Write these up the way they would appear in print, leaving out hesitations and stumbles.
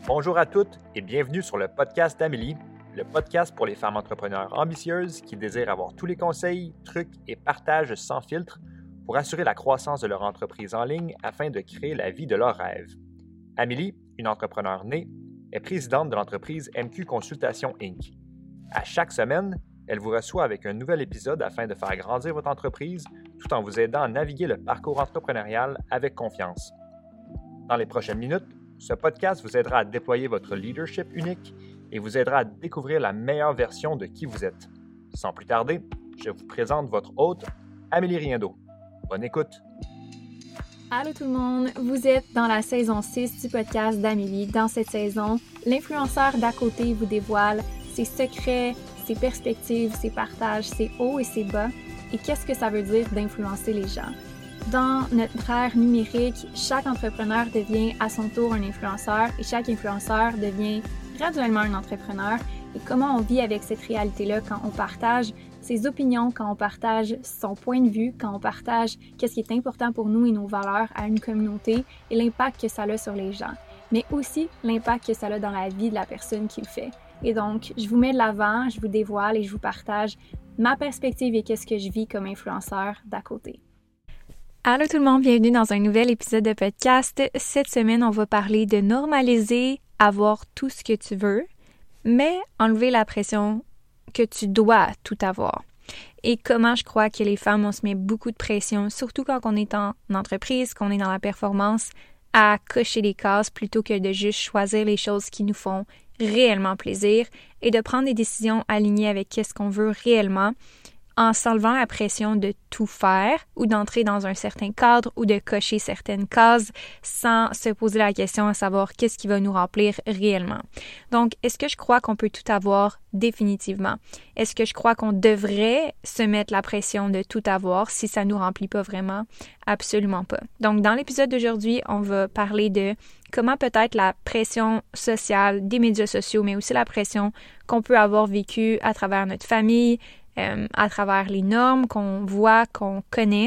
Bonjour à toutes et bienvenue sur le podcast d'Amélie, le podcast pour les femmes entrepreneurs ambitieuses qui désirent avoir tous les conseils, trucs et partages sans filtre pour assurer la croissance de leur entreprise en ligne afin de créer la vie de leurs rêves. Amélie, une entrepreneure née, est présidente de l'entreprise MQ Consultation Inc. À chaque semaine, elle vous reçoit avec un nouvel épisode afin de faire grandir votre entreprise tout en vous aidant à naviguer le parcours entrepreneurial avec confiance. Dans les prochaines minutes, ce podcast vous aidera à déployer votre leadership unique et vous aidera à découvrir la meilleure version de qui vous êtes. Sans plus tarder, je vous présente votre hôte, Amélie Riendo. Bonne écoute! Allô tout le monde, vous êtes dans la saison 6 du podcast d'Amélie. Dans cette saison, l'influenceur d'à côté vous dévoile ses secrets, ses perspectives, ses partages, ses hauts et ses bas, et qu'est-ce que ça veut dire d'influencer les gens. Dans notre ère numérique, chaque entrepreneur devient à son tour un influenceur et chaque influenceur devient graduellement un entrepreneur. Et comment on vit avec cette réalité-là quand on partage ses opinions, quand on partage son point de vue, quand on partage qu'est-ce qui est important pour nous et nos valeurs à une communauté et l'impact que ça a sur les gens, mais aussi l'impact que ça a dans la vie de la personne qui le fait. Et donc, je vous mets de l'avant, je vous dévoile et je vous partage ma perspective et qu'est-ce que je vis comme influenceur d'à côté. Allô tout le monde, bienvenue dans un nouvel épisode de podcast. Cette semaine, on va parler de normaliser avoir tout ce que tu veux, mais enlever la pression que tu dois tout avoir. Et comment je crois que les femmes, on se met beaucoup de pression, surtout quand on est en entreprise, qu'on est dans la performance, à cocher les cases plutôt que de juste choisir les choses qui nous font réellement plaisir et de prendre des décisions alignées avec qu'est-ce qu'on veut réellement en s'enlevant la pression de tout faire ou d'entrer dans un certain cadre ou de cocher certaines cases sans se poser la question à savoir qu'est-ce qui va nous remplir réellement. Donc, est-ce que je crois qu'on peut tout avoir définitivement? Est-ce que je crois qu'on devrait se mettre la pression de tout avoir si ça nous remplit pas vraiment? Absolument pas. Donc, dans l'épisode d'aujourd'hui, on va parler de comment peut-être la pression sociale des médias sociaux, mais aussi la pression qu'on peut avoir vécue à travers notre famille, à travers les normes qu'on voit, qu'on connaît,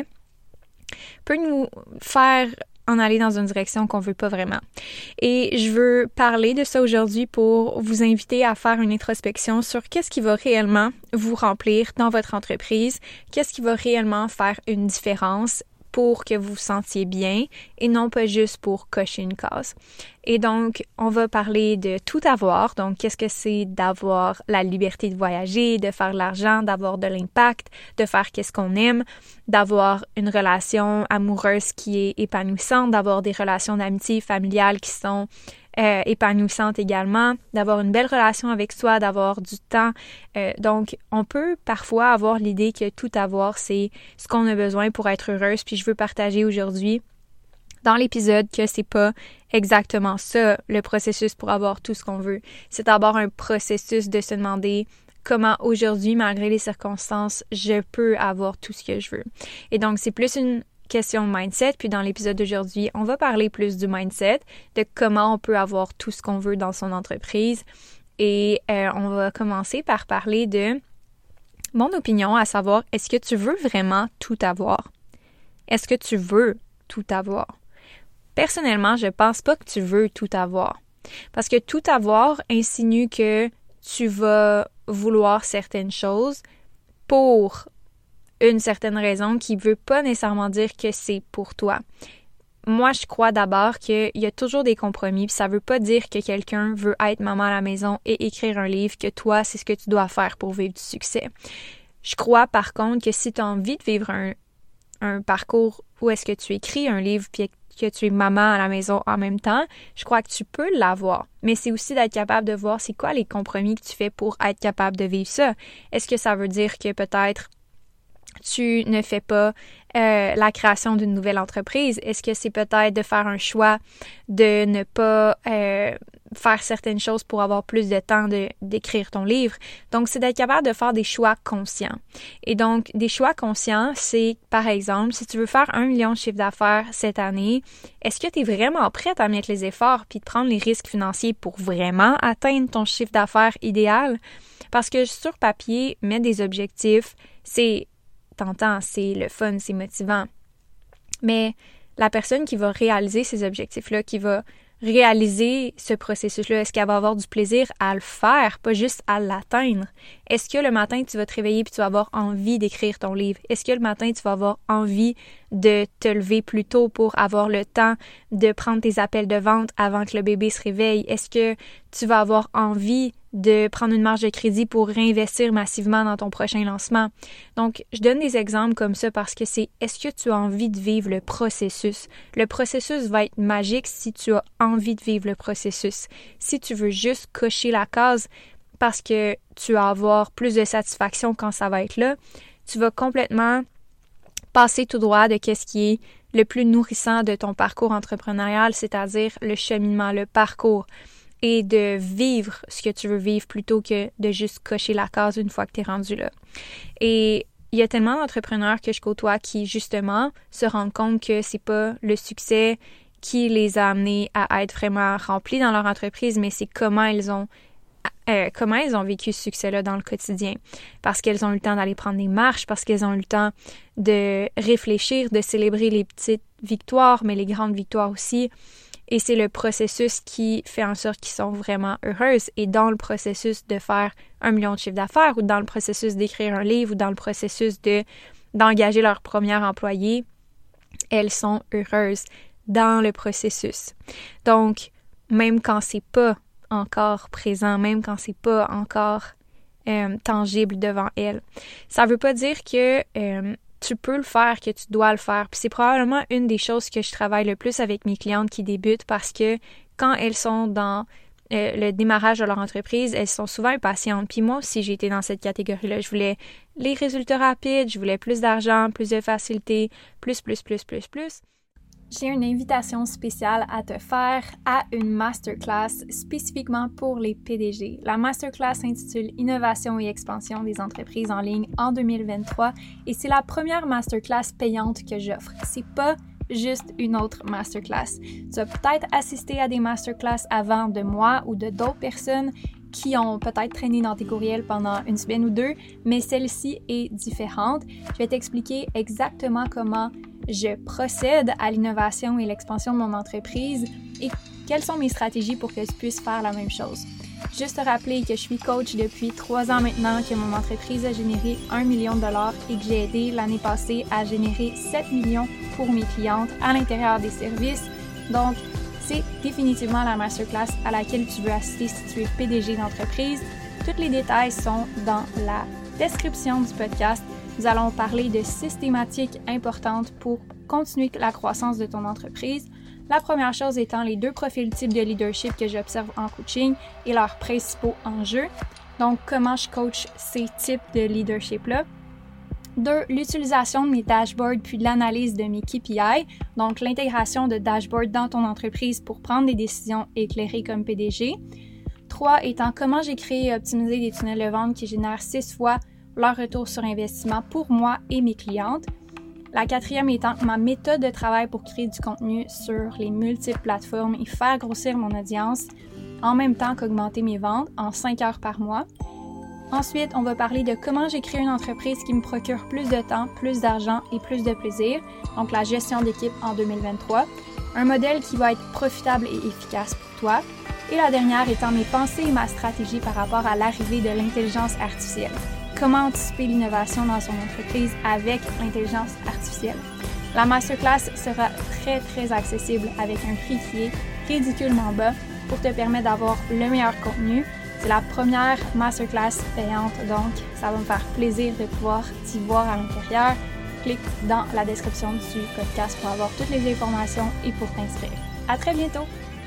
peut nous faire en aller dans une direction qu'on veut pas vraiment. Et je veux parler de ça aujourd'hui pour vous inviter à faire une introspection sur qu'est-ce qui va réellement vous remplir dans votre entreprise, qu'est-ce qui va réellement faire une différence pour que vous vous sentiez bien et non pas juste pour cocher une case. Et donc, on va parler de tout avoir. Donc, qu'est-ce que c'est d'avoir la liberté de voyager, de faire de l'argent, d'avoir de l'impact, de faire qu'est-ce qu'on aime, d'avoir une relation amoureuse qui est épanouissante, d'avoir des relations d'amitié familiales qui sont épanouissantes également, d'avoir une belle relation avec soi, d'avoir du temps. Donc, on peut parfois avoir l'idée que tout avoir, c'est ce qu'on a besoin pour être heureuse. Puis je veux partager aujourd'hui dans l'épisode que c'est pas exactement ça, le processus pour avoir tout ce qu'on veut. C'est d'abord un processus de se demander comment aujourd'hui, malgré les circonstances, je peux avoir tout ce que je veux. Et donc, c'est plus une question de mindset, puis dans l'épisode d'aujourd'hui, on va parler plus du mindset, de comment on peut avoir tout ce qu'on veut dans son entreprise. Et on va commencer par parler de mon opinion, à savoir, est-ce que tu veux vraiment tout avoir? Est-ce que tu veux tout avoir? Personnellement, je pense pas que tu veux tout avoir. Parce que tout avoir insinue que tu vas vouloir certaines choses pour une certaine raison qui ne veut pas nécessairement dire que c'est pour toi. Moi, je crois d'abord qu'il y a toujours des compromis, puis ça ne veut pas dire que quelqu'un veut être maman à la maison et écrire un livre, que toi, c'est ce que tu dois faire pour vivre du succès. Je crois par contre que si tu as envie de vivre un parcours où est-ce que tu écris un livre, puis que tu es maman à la maison en même temps, je crois que tu peux l'avoir. Mais c'est aussi d'être capable de voir c'est quoi les compromis que tu fais pour être capable de vivre ça. Est-ce que ça veut dire que peut-être tu ne fais pas la création d'une nouvelle entreprise? Est-ce que c'est peut-être de faire un choix de ne pas faire certaines choses pour avoir plus de temps d'écrire ton livre? Donc, c'est d'être capable de faire des choix conscients. Et donc, des choix conscients, c'est, par exemple, si tu veux faire 1 million de chiffre d'affaires cette année, est-ce que tu es vraiment prête à mettre les efforts puis de prendre les risques financiers pour vraiment atteindre ton chiffre d'affaires idéal? Parce que sur papier, mettre des objectifs, c'est tentant, c'est le fun, c'est motivant. Mais la personne qui va réaliser ces objectifs-là, qui va réaliser ce processus-là? Est-ce qu'elle va avoir du plaisir à le faire, pas juste à l'atteindre? Est-ce que le matin, tu vas te réveiller puis tu vas avoir envie d'écrire ton livre? Est-ce que le matin, tu vas avoir envie de te lever plus tôt pour avoir le temps de prendre tes appels de vente avant que le bébé se réveille? Est-ce que tu vas avoir envie de prendre une marge de crédit pour réinvestir massivement dans ton prochain lancement? Donc, je donne des exemples comme ça parce que c'est est-ce que tu as envie de vivre le processus? Le processus va être magique si tu as envie de vivre le processus. Si tu veux juste cocher la case parce que tu vas avoir plus de satisfaction quand ça va être là, tu vas complètement passer tout droit de qu'est-ce qui est le plus nourrissant de ton parcours entrepreneurial, c'est-à-dire le cheminement, le parcours, et de vivre ce que tu veux vivre plutôt que de juste cocher la case une fois que tu es rendu là. Et il y a tellement d'entrepreneurs que je côtoie qui, justement, se rendent compte que c'est pas le succès qui les a amenés à être vraiment remplis dans leur entreprise, mais c'est comment ils ont vécu ce succès-là dans le quotidien. Parce qu'elles ont eu le temps d'aller prendre des marches, parce qu'elles ont eu le temps de réfléchir, de célébrer les petites victoires, mais les grandes victoires aussi. Et c'est le processus qui fait en sorte qu'ils sont vraiment heureuses. Et dans le processus de faire 1 million de chiffre d'affaires, ou dans le processus d'écrire un livre, ou dans le processus d'engager leur premier employé, elles sont heureuses dans le processus. Donc, même quand c'est pas encore présent, même quand c'est pas encore tangible devant elles. Ça veut pas dire que tu peux le faire, que tu dois le faire. Puis c'est probablement une des choses que je travaille le plus avec mes clientes qui débutent parce que quand elles sont dans le démarrage de leur entreprise, elles sont souvent impatientes. Puis moi aussi, j'ai été dans cette catégorie-là. Je voulais les résultats rapides, je voulais plus d'argent, plus de facilité, plus. J'ai une invitation spéciale à te faire à une masterclass spécifiquement pour les PDG. La masterclass s'intitule Innovation et expansion des entreprises en ligne en 2023 et c'est la première masterclass payante que j'offre. C'est pas juste une autre masterclass. Tu as peut-être assisté à des masterclass avant de moi ou de d'autres personnes qui ont peut-être traîné dans tes courriels pendant une semaine ou deux, mais celle-ci est différente. Je vais t'expliquer exactement comment je procède à l'innovation et l'expansion de mon entreprise et quelles sont mes stratégies pour que tu puisses faire la même chose. Juste te rappeler que je suis coach depuis 3 ans maintenant, que mon entreprise a généré 1 million de dollars et que j'ai aidé l'année passée à générer 7 millions pour mes clientes à l'intérieur des services. Donc, c'est définitivement la masterclass à laquelle tu veux assister si tu es PDG d'entreprise. Tous les détails sont dans la description du podcast. Nous allons parler de 6 thématiques importantes pour continuer la croissance de ton entreprise. La première chose étant les 2 profils types de leadership que j'observe en coaching et leurs principaux enjeux. Donc, comment je coach ces types de leadership-là. 2, l'utilisation de mes dashboards puis de l'analyse de mes KPI, donc l'intégration de dashboards dans ton entreprise pour prendre des décisions éclairées comme PDG. 3, étant comment j'ai créé et optimisé des tunnels de vente qui génèrent 6 fois leur retour sur investissement pour moi et mes clientes. La 4e étant ma méthode de travail pour créer du contenu sur les multiples plateformes et faire grossir mon audience en même temps qu'augmenter mes ventes en 5 heures par mois. Ensuite, on va parler de comment j'ai créé une entreprise qui me procure plus de temps, plus d'argent et plus de plaisir, donc la gestion d'équipe en 2023, un modèle qui va être profitable et efficace pour toi. Et la dernière étant mes pensées et ma stratégie par rapport à l'arrivée de l'intelligence artificielle. Comment anticiper l'innovation dans son entreprise avec l'intelligence artificielle. La masterclass sera très accessible avec un prix qui est ridiculement bas pour te permettre d'avoir le meilleur contenu. C'est la première masterclass payante, donc ça va me faire plaisir de pouvoir t'y voir à l'intérieur. Clique dans la description du podcast pour avoir toutes les informations et pour t'inscrire. À très bientôt!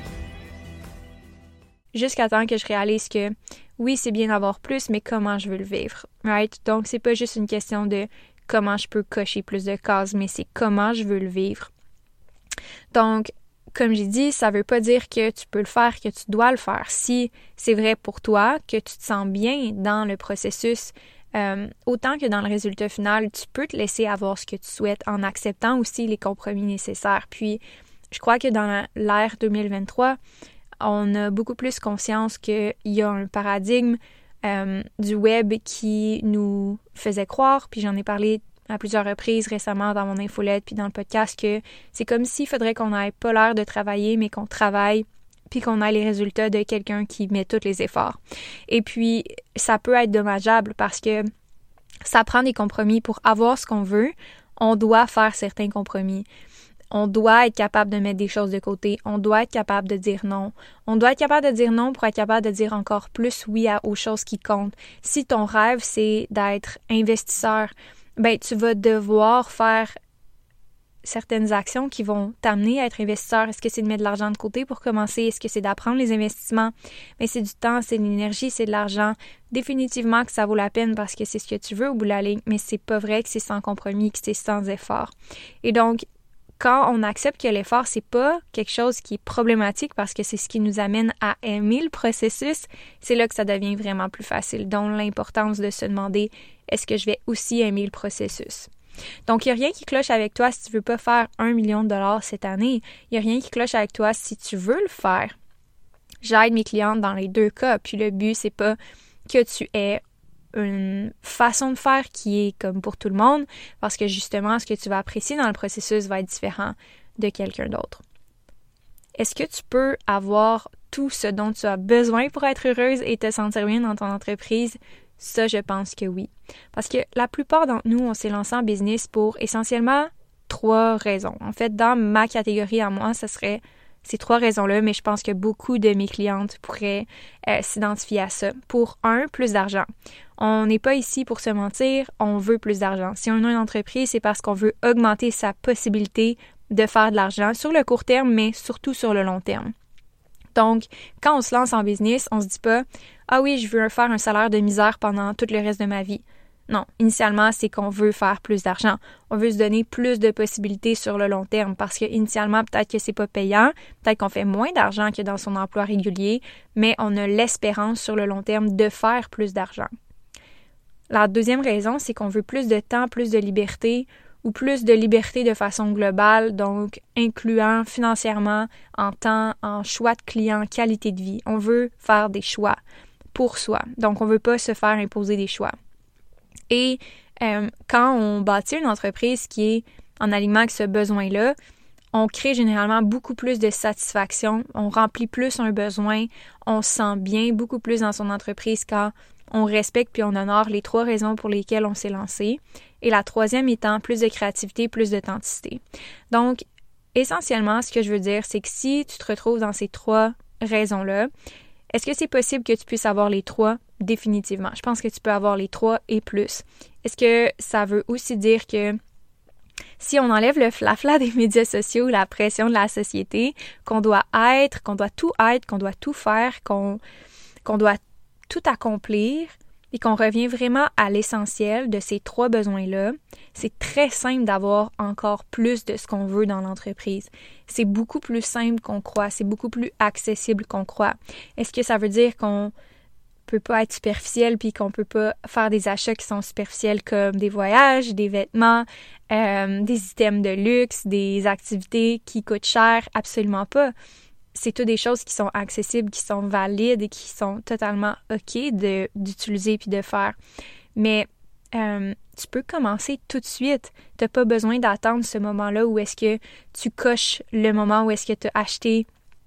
Jusqu'à temps que je réalise que oui, c'est bien d'avoir plus, mais comment je veux le vivre, right? Donc, c'est pas juste une question de comment je peux cocher plus de cases, mais c'est comment je veux le vivre. Donc, comme j'ai dit, ça veut pas dire que tu peux le faire, que tu dois le faire. Si c'est vrai pour toi, que tu te sens bien dans le processus, autant que dans le résultat final, tu peux te laisser avoir ce que tu souhaites en acceptant aussi les compromis nécessaires. Puis, je crois que dans l'ère 2023, on a beaucoup plus conscience qu'il y a un paradigme du web qui nous faisait croire, puis j'en ai parlé à plusieurs reprises récemment dans mon infolette puis dans le podcast, que c'est comme s'il faudrait qu'on n'ait pas l'air de travailler, mais qu'on travaille puis qu'on ait les résultats de quelqu'un qui met tous les efforts. Et puis, ça peut être dommageable parce que ça prend des compromis. Pour avoir ce qu'on veut, on doit faire certains compromis. On doit être capable de mettre des choses de côté. On doit être capable de dire non. On doit être capable de dire non pour être capable de dire encore plus oui aux choses qui comptent. Si ton rêve, c'est d'être investisseur, ben tu vas devoir faire certaines actions qui vont t'amener à être investisseur. Est-ce que c'est de mettre de l'argent de côté pour commencer? Est-ce que c'est d'apprendre les investissements? Mais c'est du temps, c'est de l'énergie, c'est de l'argent. Définitivement que ça vaut la peine parce que c'est ce que tu veux au bout de la ligne, mais c'est pas vrai que c'est sans compromis, que c'est sans effort. Et donc, quand on accepte que l'effort, c'est pas quelque chose qui est problématique parce que c'est ce qui nous amène à aimer le processus, c'est là que ça devient vraiment plus facile. Donc, l'importance de se demander, est-ce que je vais aussi aimer le processus? Donc, il n'y a rien qui cloche avec toi si tu ne veux pas faire 1 million de dollars cette année. Il n'y a rien qui cloche avec toi si tu veux le faire. J'aide mes clientes dans les deux cas. Puis le but, c'est pas que tu aies une façon de faire qui est comme pour tout le monde, parce que justement, ce que tu vas apprécier dans le processus va être différent de quelqu'un d'autre. Est-ce que tu peux avoir tout ce dont tu as besoin pour être heureuse et te sentir bien dans ton entreprise? Ça, je pense que oui. Parce que la plupart d'entre nous, on s'est lancé en business pour essentiellement 3 raisons. En fait, dans ma catégorie à moi, ce serait ces 3 raisons-là, mais je pense que beaucoup de mes clientes pourraient s'identifier à ça. Pour 1, plus d'argent. On n'est pas ici pour se mentir, on veut plus d'argent. Si on a une entreprise, c'est parce qu'on veut augmenter sa possibilité de faire de l'argent sur le court terme, mais surtout sur le long terme. Donc, quand on se lance en business, on se dit pas « Ah oui, je veux faire un salaire de misère pendant tout le reste de ma vie ». Non, initialement, c'est qu'on veut faire plus d'argent. On veut se donner plus de possibilités sur le long terme parce que initialement, peut-être que c'est pas payant, peut-être qu'on fait moins d'argent que dans son emploi régulier, mais on a l'espérance sur le long terme de faire plus d'argent. La deuxième raison, c'est qu'on veut plus de temps, plus de liberté ou plus de liberté de façon globale, donc incluant financièrement, en temps, en choix de client, qualité de vie. On veut faire des choix pour soi, donc on veut pas se faire imposer des choix. Et quand on bâtit une entreprise qui est en alignement avec ce besoin-là, on crée généralement beaucoup plus de satisfaction, on remplit plus un besoin, on se sent bien beaucoup plus dans son entreprise quand on respecte puis on honore les 3 raisons pour lesquelles on s'est lancé. Et la 3e étant plus de créativité, plus d'authenticité. Donc, essentiellement, ce que je veux dire, c'est que si tu te retrouves dans ces 3 raisons-là, est-ce que c'est possible que tu puisses avoir les 3? Définitivement. Je pense que tu peux avoir les 3 et plus. Est-ce que ça veut aussi dire que si on enlève le flafla des médias sociaux, la pression de la société, qu'on doit être, qu'on doit tout faire, qu'on doit tout accomplir et qu'on revient vraiment à l'essentiel de ces 3 besoins-là, c'est très simple d'avoir encore plus de ce qu'on veut dans l'entreprise. C'est beaucoup plus simple qu'on croit, c'est beaucoup plus accessible qu'on croit. Est-ce que ça veut dire qu'on peut pas être superficiel puis qu'on peut pas faire des achats qui sont superficiels comme des voyages, des vêtements, des items de luxe, des activités qui coûtent cher? Absolument pas. C'est toutes des choses qui sont accessibles, qui sont valides et qui sont totalement OK d'utiliser puis de faire. Mais tu peux commencer tout de suite. Tu n'as pas besoin d'attendre ce moment-là où est-ce que tu coches le moment où est-ce que tu as acheté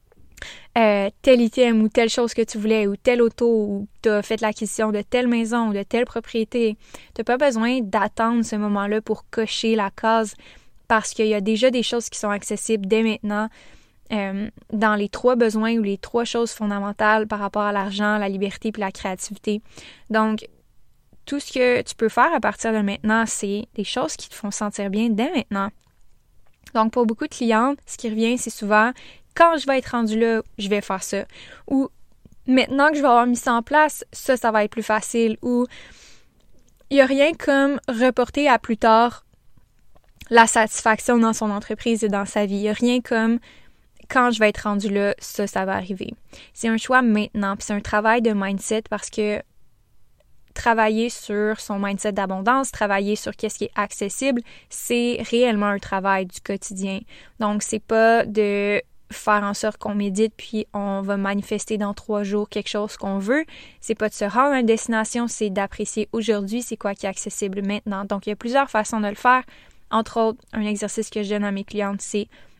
tel item ou telle chose que tu voulais ou telle auto ou tu as fait l'acquisition de telle maison ou de telle propriété. Tu n'as pas besoin d'attendre ce moment-là pour cocher la case parce qu'il y a déjà des choses qui sont accessibles dès maintenant dans les 3 besoins ou les 3 choses fondamentales par rapport à l'argent, la liberté puis la créativité. Donc, tout ce que tu peux faire à partir de maintenant, c'est des choses qui te font sentir bien dès maintenant. Donc, pour beaucoup de clientes, ce qui revient, c'est souvent « Quand je vais être rendue là, je vais faire ça. » Ou « Maintenant que je vais avoir mis ça en place, ça va être plus facile. » Ou il n'y a rien comme reporter à plus tard la satisfaction dans son entreprise et dans sa vie. Il n'y a rien comme « Quand je vais être rendue là, ça va arriver. » C'est un choix maintenant, puis c'est un travail de mindset parce que travailler sur son mindset d'abondance, travailler sur qu'est-ce qui est accessible, c'est réellement un travail du quotidien. Donc, c'est pas de faire en sorte qu'on médite puis on va manifester dans 3 jours quelque chose qu'on veut. C'est pas de se rendre à une destination, c'est d'apprécier aujourd'hui c'est quoi qui est accessible maintenant. Donc, il y a plusieurs façons de le faire. Entre autres, un exercice que je donne à mes clientes, c'est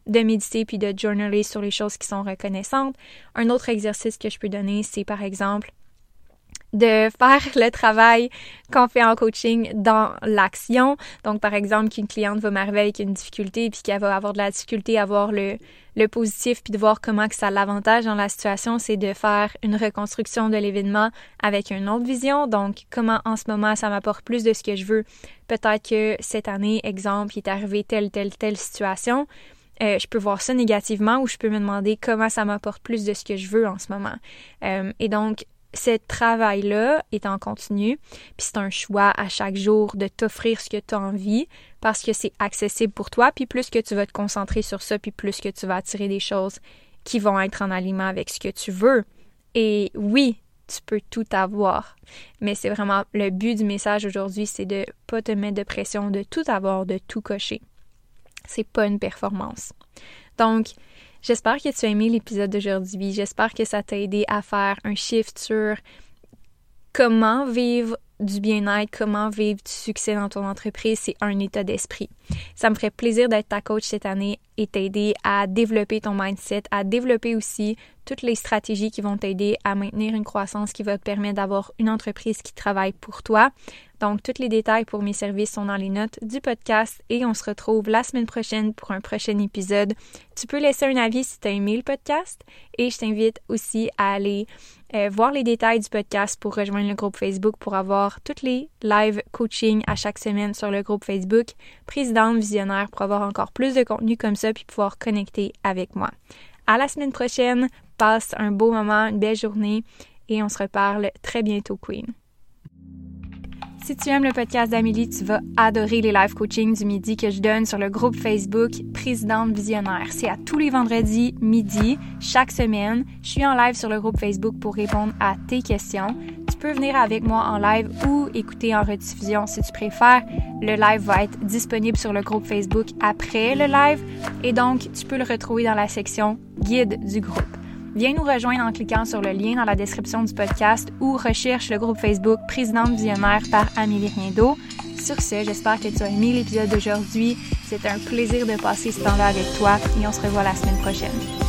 de méditer puis de journaler sur les choses qui sont reconnaissantes. Un autre exercice que je peux donner, c'est par exemple de faire le travail qu'on fait en coaching dans l'action. Donc, par exemple, qu'une cliente va m'arriver avec une difficulté puis qu'elle va avoir de la difficulté à voir le positif puis de voir comment que ça l'avantage dans la situation, c'est de faire une reconstruction de l'événement avec une autre vision. Donc, comment en ce moment, ça m'apporte plus de ce que je veux. Peut-être que cette année, exemple, il est arrivé telle situation. Je peux voir ça négativement ou je peux me demander comment ça m'apporte plus de ce que je veux en ce moment. Et donc, ce travail-là est en continu, puis c'est un choix à chaque jour de t'offrir ce que tu as envie parce que c'est accessible pour toi, puis plus que tu vas te concentrer sur ça, puis plus que tu vas attirer des choses qui vont être en aliment avec ce que tu veux. Et oui, tu peux tout avoir, mais c'est vraiment le but du message aujourd'hui, c'est de pas te mettre de pression, de tout avoir, de tout cocher. C'est pas une performance. Donc, j'espère que tu as aimé l'épisode d'aujourd'hui. J'espère que ça t'a aidé à faire un shift sur comment vivre du bien-être, comment vivre du succès dans ton entreprise. C'est un état d'esprit. Ça me ferait plaisir d'être ta coach cette année et t'aider à développer ton mindset, à développer aussi toutes les stratégies qui vont t'aider à maintenir une croissance qui va te permettre d'avoir une entreprise qui travaille pour toi. Donc, tous les détails pour mes services sont dans les notes du podcast et on se retrouve la semaine prochaine pour un prochain épisode. Tu peux laisser un avis si tu as aimé le podcast et je t'invite aussi à aller voir les détails du podcast pour rejoindre le groupe Facebook pour avoir toutes les live coaching à chaque semaine sur le groupe Facebook Présidente Visionnaire pour avoir encore plus de contenu comme ça puis pouvoir connecter avec moi. À la semaine prochaine, passe un beau moment, une belle journée et on se reparle très bientôt, Queen. Si tu aimes le podcast d'Amélie, tu vas adorer les live coaching du midi que je donne sur le groupe Facebook Présidente Visionnaire. C'est à tous les vendredis midi, chaque semaine. Je suis en live sur le groupe Facebook pour répondre à tes questions. Tu peux venir avec moi en live ou écouter en rediffusion si tu préfères. Le live va être disponible sur le groupe Facebook après le live et donc tu peux le retrouver dans la section guide du groupe. Viens nous rejoindre en cliquant sur le lien dans la description du podcast ou recherche le groupe Facebook Présidente Visionnaire par Amélie Riendo. Sur ce, j'espère que tu as aimé l'épisode d'aujourd'hui. C'est un plaisir de passer ce temps-là avec toi et on se revoit la semaine prochaine.